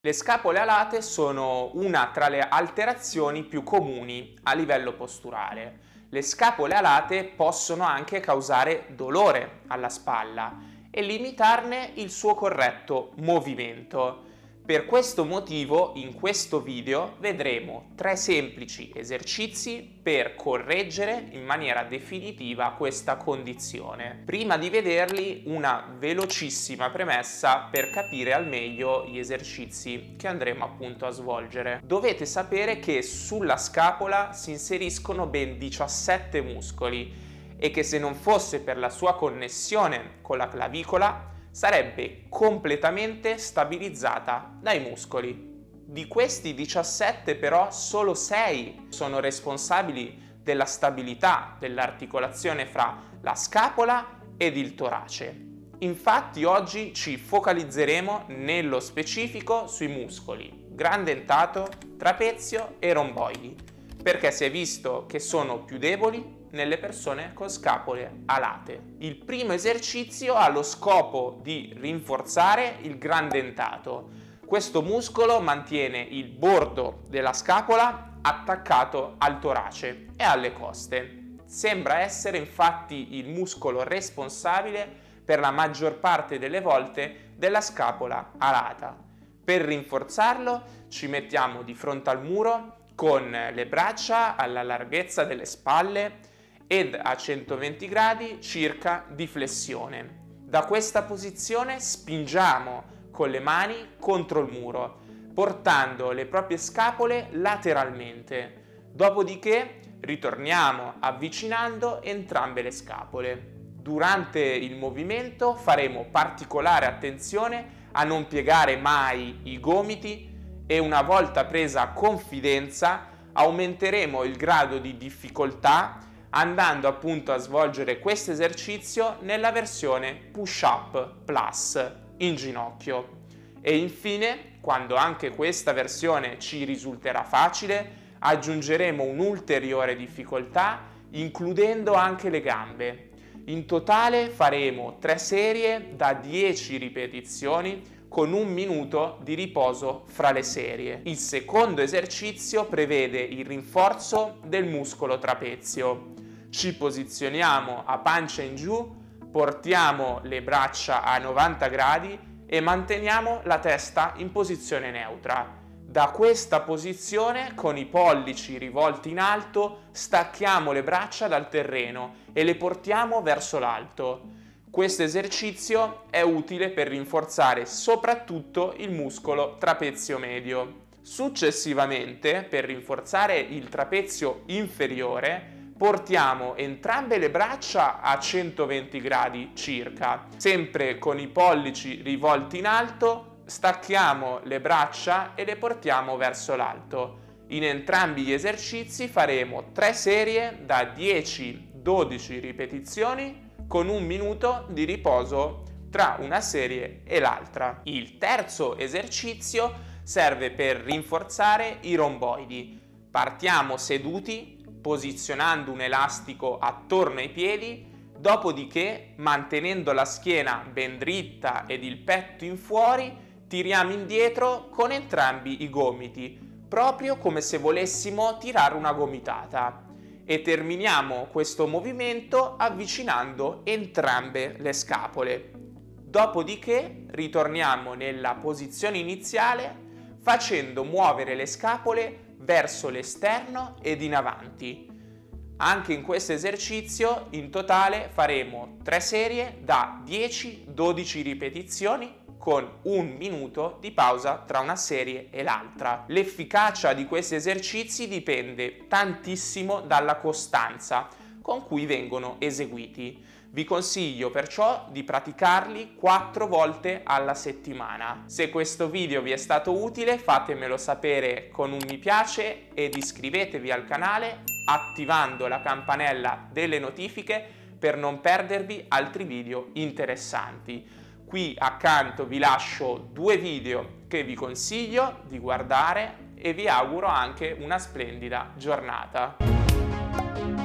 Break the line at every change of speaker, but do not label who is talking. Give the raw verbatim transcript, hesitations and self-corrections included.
Le scapole alate sono una tra le alterazioni più comuni a livello posturale. Le scapole alate possono anche causare dolore alla spalla e limitarne il suo corretto movimento. Per questo motivo, in questo video vedremo tre semplici esercizi per correggere in maniera definitiva questa condizione. Prima di vederli, una velocissima premessa per capire al meglio gli esercizi che andremo appunto a svolgere. Dovete sapere che sulla scapola si inseriscono ben diciassette muscoli e che se non fosse per la sua connessione con la clavicola sarebbe completamente stabilizzata dai muscoli. Di questi diciassette però solo sei sono responsabili della stabilità dell'articolazione fra la scapola ed il torace. Infatti oggi ci focalizzeremo nello specifico sui muscoli grande dentato, trapezio e romboidi, perché si è visto che sono più deboli nelle persone con scapole alate. Il primo esercizio ha lo scopo di rinforzare il grande dentato. Questo muscolo mantiene il bordo della scapola attaccato al torace e alle coste. Sembra essere infatti il muscolo responsabile per la maggior parte delle volte della scapola alata. Per rinforzarlo ci mettiamo di fronte al muro con le braccia alla larghezza delle spalle ed a centoventi gradi circa di flessione. Da questa posizione spingiamo con le mani contro il muro, portando le proprie scapole lateralmente. Dopodiché ritorniamo avvicinando entrambe le scapole. Durante il movimento faremo particolare attenzione a non piegare mai i gomiti e una volta presa confidenza aumenteremo il grado di difficoltà andando appunto a svolgere questo esercizio nella versione push-up plus in ginocchio. E infine, quando anche questa versione ci risulterà facile, aggiungeremo un'ulteriore difficoltà includendo anche le gambe. In totale faremo tre serie da dieci ripetizioni con un minuto di riposo fra le serie. Il secondo esercizio prevede il rinforzo del muscolo trapezio. Ci posizioniamo a pancia in giù, portiamo le braccia a novanta gradi e manteniamo la testa in posizione neutra. Da questa posizione, con i pollici rivolti in alto, stacchiamo le braccia dal terreno e le portiamo verso l'alto. Questo esercizio è utile per rinforzare soprattutto il muscolo trapezio medio. Successivamente, per rinforzare il trapezio inferiore, portiamo entrambe le braccia a centoventi gradi circa. Sempre con i pollici rivolti in alto, stacchiamo le braccia e le portiamo verso l'alto. In entrambi gli esercizi faremo tre serie da dieci dodici ripetizioni con un minuto di riposo tra una serie e l'altra. Il terzo esercizio serve per rinforzare i romboidi. Partiamo seduti, posizionando un elastico attorno ai piedi, dopodiché, mantenendo la schiena ben dritta ed il petto in fuori, tiriamo indietro con entrambi i gomiti, proprio come se volessimo tirare una gomitata. E terminiamo questo movimento avvicinando entrambe le scapole. Dopodiché ritorniamo nella posizione iniziale facendo muovere le scapole verso l'esterno ed in avanti. Anche in questo esercizio in totale faremo tre serie da dieci dodici ripetizioni con un minuto di pausa tra una serie e l'altra. L'efficacia di questi esercizi dipende tantissimo dalla costanza con cui vengono eseguiti. Vi consiglio perciò di praticarli quattro volte alla settimana. Se questo video vi è stato utile, fatemelo sapere con un mi piace ed iscrivetevi al canale attivando la campanella delle notifiche per non perdervi altri video interessanti. Qui accanto vi lascio due video che vi consiglio di guardare e vi auguro anche una splendida giornata.